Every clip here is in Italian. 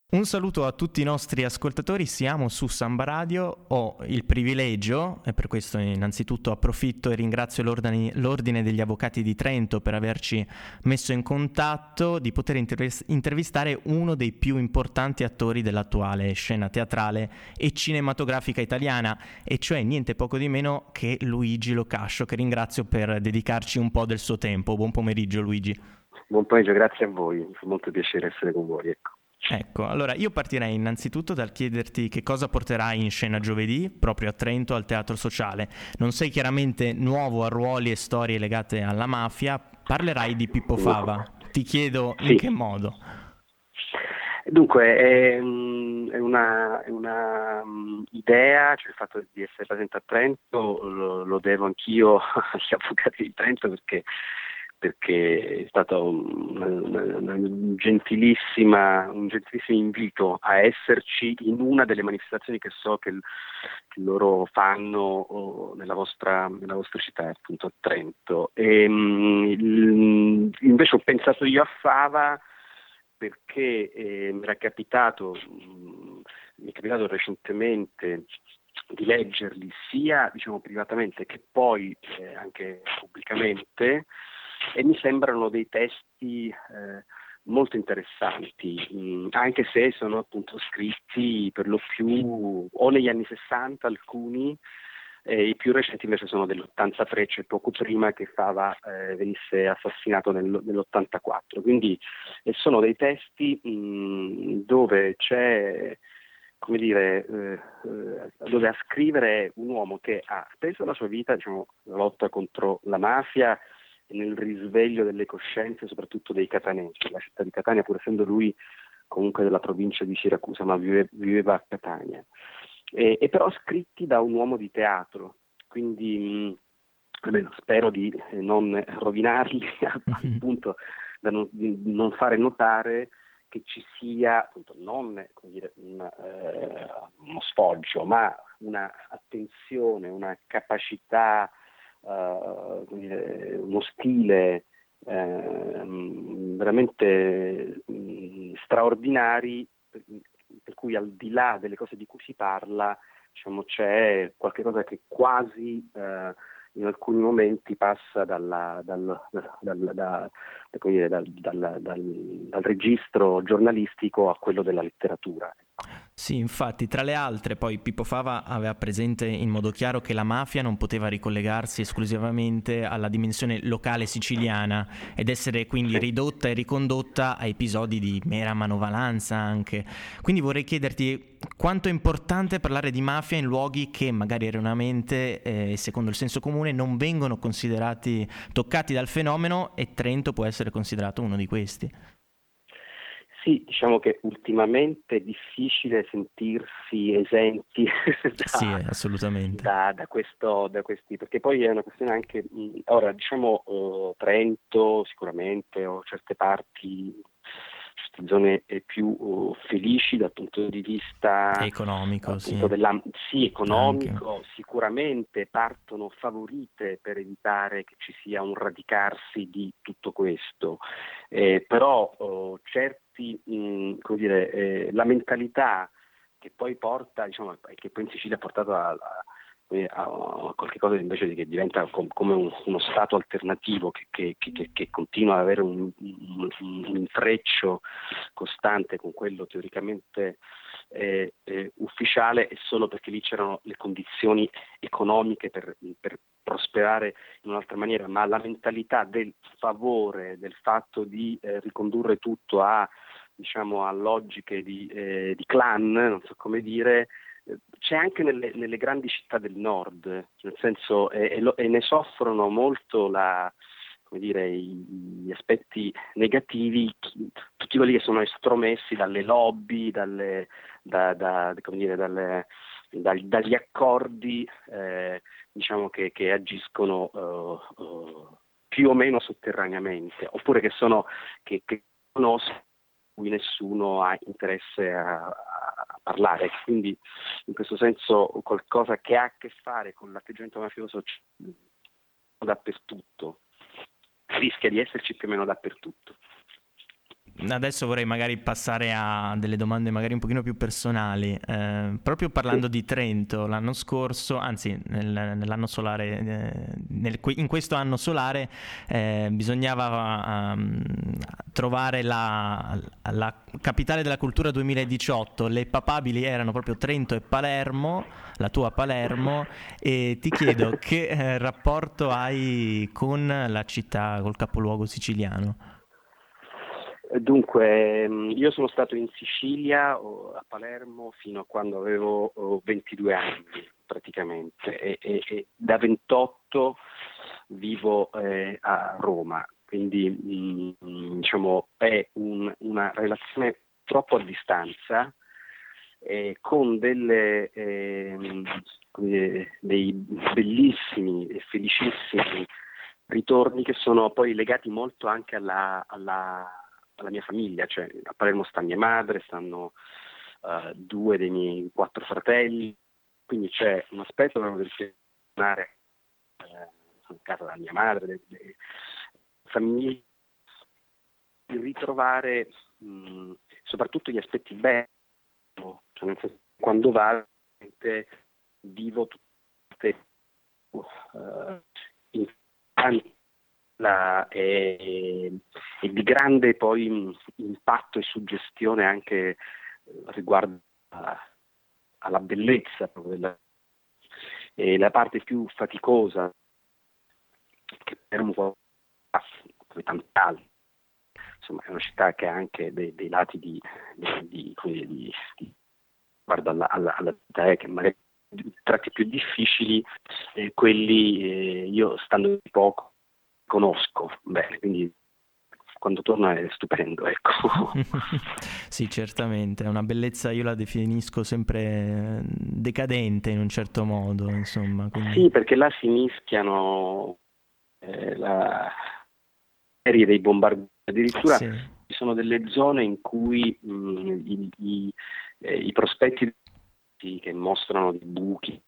Un saluto a tutti i nostri ascoltatori, siamo su Samba Radio, ho il privilegio, e per questo innanzitutto approfitto e ringrazio l'Ordine degli Avvocati di Trento per averci messo in contatto, di poter intervistare uno dei più importanti attori dell'attuale scena teatrale e cinematografica italiana, e cioè niente poco di meno che Luigi Locascio, che ringrazio per dedicarci un po' del suo tempo. Buon pomeriggio Luigi. Buon pomeriggio, grazie a voi, mi fa molto piacere essere con voi, ecco. Ecco, allora io partirei innanzitutto dal chiederti che cosa porterai in scena giovedì, proprio a Trento, al Teatro Sociale. Non sei chiaramente nuovo a ruoli e storie legate alla mafia, parlerai di Pippo Fava. Ti chiedo in Sì. che modo. Dunque, è una idea, cioè il fatto di essere presente a Trento lo devo anch'io agli avvocati di Trento perché è stato un gentilissimo invito a esserci in una delle manifestazioni che so che loro fanno nella vostra città, appunto a Trento. Invece ho pensato io a Fava perché mi è capitato recentemente di leggerli sia privatamente che poi anche pubblicamente, e mi sembrano dei testi molto interessanti, anche se sono appunto scritti per lo più o negli anni 60 alcuni, i più recenti invece sono dell'83, cioè poco prima che Fava venisse assassinato nell'84. Quindi sono dei testi dove c'è, come dire, dove a scrivere un uomo che ha speso la sua vita, nella lotta contro la mafia e nel risveglio delle coscienze, soprattutto dei catanesi. La città di Catania, pur essendo lui comunque della provincia di Siracusa, ma viveva a Catania. E però scritti da un uomo di teatro, quindi almeno spero di non rovinarli al punto di non fare notare che ci sia appunto non, come dire, uno sfoggio, ma una attenzione, una capacità, come dire, uno stile veramente straordinari, per cui al di là delle cose di cui si parla, c'è qualche cosa che quasi in alcuni momenti passa come dire, dal registro giornalistico a quello della letteratura. Sì, infatti, tra le altre, poi Pippo Fava aveva presente in modo chiaro che la mafia non poteva ricollegarsi esclusivamente alla dimensione locale siciliana ed essere quindi Sì. ridotta e ricondotta a episodi di mera manovalanza anche. Quindi vorrei chiederti quanto è importante parlare di mafia in luoghi che magari erroneamente, secondo il senso comune, non vengono considerati toccati dal fenomeno, e Trento può essere considerato uno di questi. Sì, diciamo che ultimamente è difficile sentirsi esenti Sì, assolutamente. da questi, perché poi è una questione anche, ora diciamo Trento sicuramente, o certe parti, certe zone più felici dal punto di vista Economico, appunto sì, sì, anche. economico, sicuramente partono favorite per evitare che ci sia un radicarsi di tutto questo. Però certi, come dire, la mentalità che poi porta, che poi in Sicilia ha portato a qualche cosa invece che diventa come uno stato alternativo che continua ad avere un intreccio costante con quello teoricamente ufficiale, è solo perché lì c'erano le condizioni economiche per prosperare in un'altra maniera, ma la mentalità del favore, del fatto di ricondurre tutto a logiche di clan, non so come dire, c'è anche nelle grandi città del nord, nel senso, e ne soffrono molto come dire, gli aspetti negativi, tutti quelli che sono estromessi dalle lobby, come dire, dagli accordi che agiscono più o meno sotterraneamente, oppure che conoscono, cui nessuno ha interesse a parlare. Quindi in questo senso qualcosa che ha a che fare con l'atteggiamento mafioso c'è dappertutto, rischia di esserci più o meno dappertutto. Adesso vorrei magari passare a delle domande magari un pochino più personali. Proprio parlando Sì. di Trento, l'anno scorso, anzi nell'anno solare, in questo anno solare bisognava trovare la capitale della cultura 2018. Le papabili erano proprio Trento e Palermo, la tua Palermo, e ti chiedo che rapporto hai con la città, col capoluogo siciliano? Dunque, io sono stato in Sicilia, a Palermo, fino a quando avevo 22 anni praticamente, e da 28 vivo a Roma, quindi diciamo è una relazione troppo a distanza, con dei bellissimi e felicissimi ritorni che sono poi legati molto anche alla mia famiglia, cioè a Palermo sta mia madre, stanno due dei miei 4 fratelli, quindi c'è un aspetto proprio del tornare a casa della mia madre, delle famiglie, di ritrovare soprattutto gli aspetti belli, cioè nel senso, quando vado vivo tutte importanti e di grande poi impatto e suggestione anche riguardo alla bellezza proprio e la parte più faticosa che per un po' come tanti altri. Insomma, è una città che ha anche dei lati guardo alla città che magari i tratti più difficili, quelli io stando di poco conosco bene, quindi quando torno è stupendo, ecco. Sì, certamente, è una bellezza, io la definisco sempre decadente in un certo modo, insomma, quindi... Sì, perché là si mischiano la serie dei bombardamenti, addirittura Sì, ci sono delle zone in cui i prospetti che mostrano dei buchi,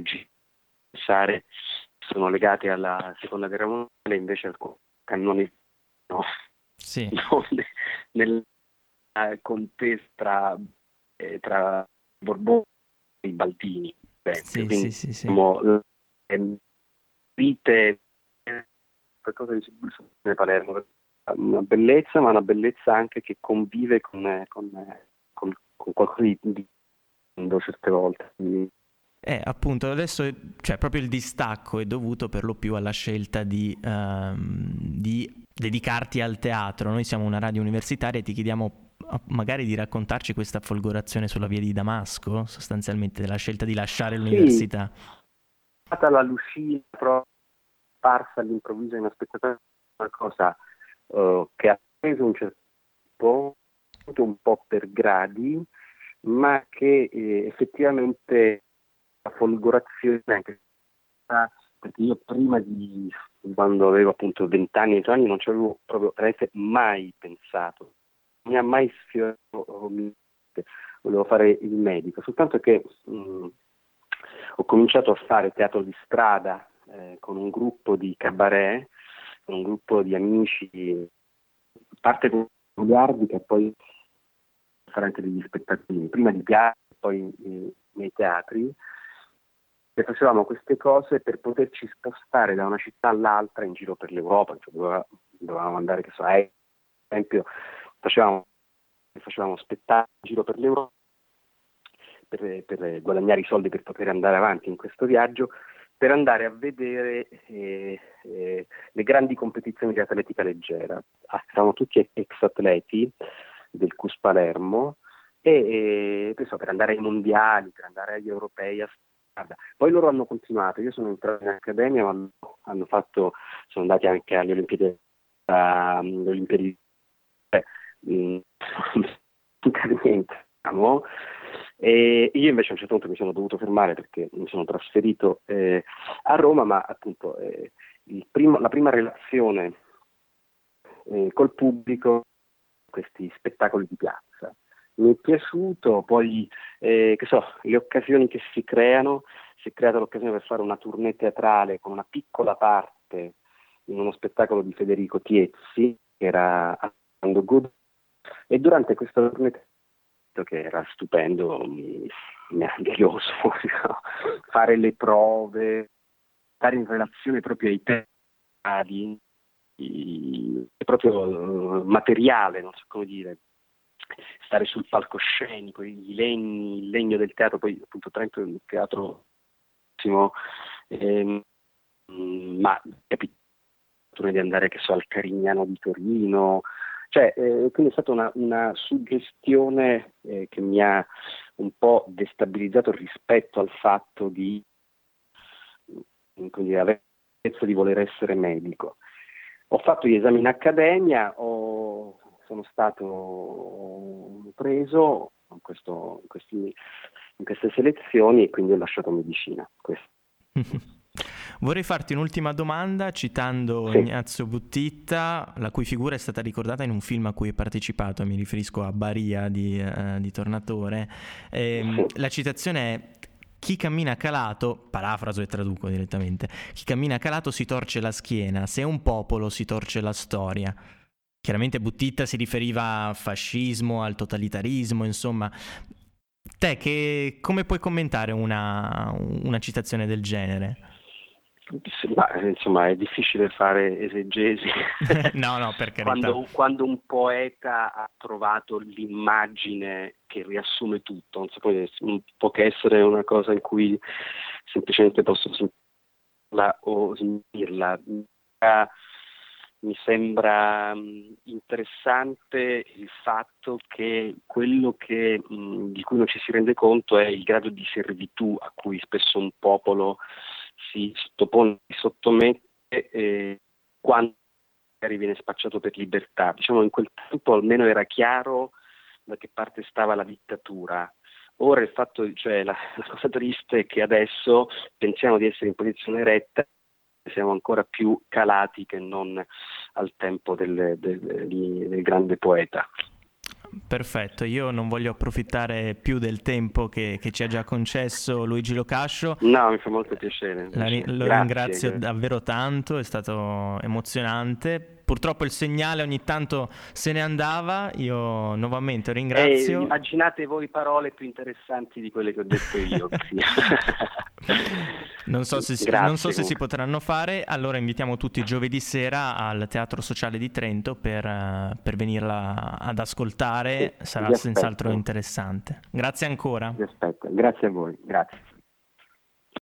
sono legati alla seconda guerra mondiale, invece al cannone no, sì, non nella contesa tra Borboni e i Baltini, per esempio. sì, sì, Quindi sì, sì. diciamo, vite qualcosa di sicuro Palermo, una bellezza, ma una bellezza anche che convive con qualcosa di certe volte. Quindi, Appunto, adesso cioè, proprio il distacco è dovuto per lo più alla scelta di dedicarti al teatro. Noi siamo una radio universitaria e ti chiediamo magari di raccontarci questa folgorazione sulla via di Damasco, sostanzialmente della scelta di lasciare sì, l'università. stata la Lucina però parsa all'improvviso inaspettata, una cosa che ha preso un certo tempo, un po' per gradi, ma che effettivamente la folgorazione anche perché io prima di quando avevo appunto 20 anni, 20 anni non ci avevo proprio veramente mai pensato, non mi ha mai sfiorato, volevo fare il medico, soltanto che ho cominciato a fare teatro di strada con un gruppo di cabaret, con un gruppo di amici, parte con Goliardi che poi fare anche degli spettacoli, prima di piazza, poi nei teatri, e facevamo queste cose per poterci spostare da una città all'altra in giro per l'Europa, cioè dovevamo andare, che so, per esempio, facevamo spettacoli in giro per l'Europa per guadagnare i soldi per poter andare avanti in questo viaggio, per andare a vedere le grandi competizioni di atletica leggera. Eravamo tutti ex atleti del CUS Palermo e per andare ai mondiali, per andare agli europei a strada. Poi loro hanno continuato, io sono entrato in accademia, ma sono andati anche alle Olimpiadi, niente, diciamo. E io invece a un certo punto mi sono dovuto fermare perché mi sono trasferito a Roma, ma appunto la prima relazione col pubblico, questi spettacoli di piazza. Mi è piaciuto, poi che so, le occasioni che si creano, si è creata l'occasione per fare una tournée teatrale con una piccola parte in uno spettacolo di Federico Tiezzi, che era Andando Good, E durante questo torneo, che era stupendo, meraviglioso, fare le prove, stare in relazione proprio ai tempi, proprio materiale, non so come dire, stare sul palcoscenico, i legni, il legno del teatro, poi appunto Trento è un teatro, ma capito di andare, che so, al Carignano di Torino, cioè, quindi è stata una suggestione che mi ha un po' destabilizzato rispetto al fatto di, quindi, avere di voler essere medico. Ho fatto gli esami in accademia, sono stato preso in queste selezioni e quindi ho lasciato medicina. Vorrei farti un'ultima domanda citando Sì. Ignazio Buttitta, la cui figura è stata ricordata in un film a cui hai partecipato, mi riferisco a Baria di Tornatore. Sì. La citazione è: chi cammina calato, parafraso e traduco direttamente, chi cammina calato si torce la schiena, se è un popolo si torce la storia. Chiaramente Buttitta si riferiva al fascismo, al totalitarismo, insomma. Te come puoi commentare una citazione del genere? Ma, insomma, è difficile fare esegesi No, per carità. quando un poeta ha trovato l'immagine che riassume tutto, non so come dire, non può che essere una cosa in cui semplicemente posso sentirla o smirla. Mi sembra interessante il fatto che quello di cui non ci si rende conto è il grado di servitù a cui spesso un popolo si sottopone, si sottomette quando magari viene spacciato per libertà. Diciamo, in quel tempo almeno era chiaro da che parte stava la dittatura. Ora il fatto, cioè la cosa triste è che adesso pensiamo di essere in posizione retta, siamo ancora più calati che non al tempo del grande poeta. Perfetto, io non voglio approfittare più del tempo che ci ha già concesso Luigi Locascio. No, mi fa molto piacere. Lo ringrazio davvero tanto, è stato emozionante. Purtroppo il segnale ogni tanto se ne andava, io nuovamente ringrazio. Immaginate voi parole più interessanti di quelle che ho detto io. Non so se si potranno fare, allora invitiamo tutti giovedì sera al Teatro Sociale di Trento per venirla ad ascoltare, sarà senz'altro interessante. Grazie ancora. Vi aspetto, grazie a voi, grazie.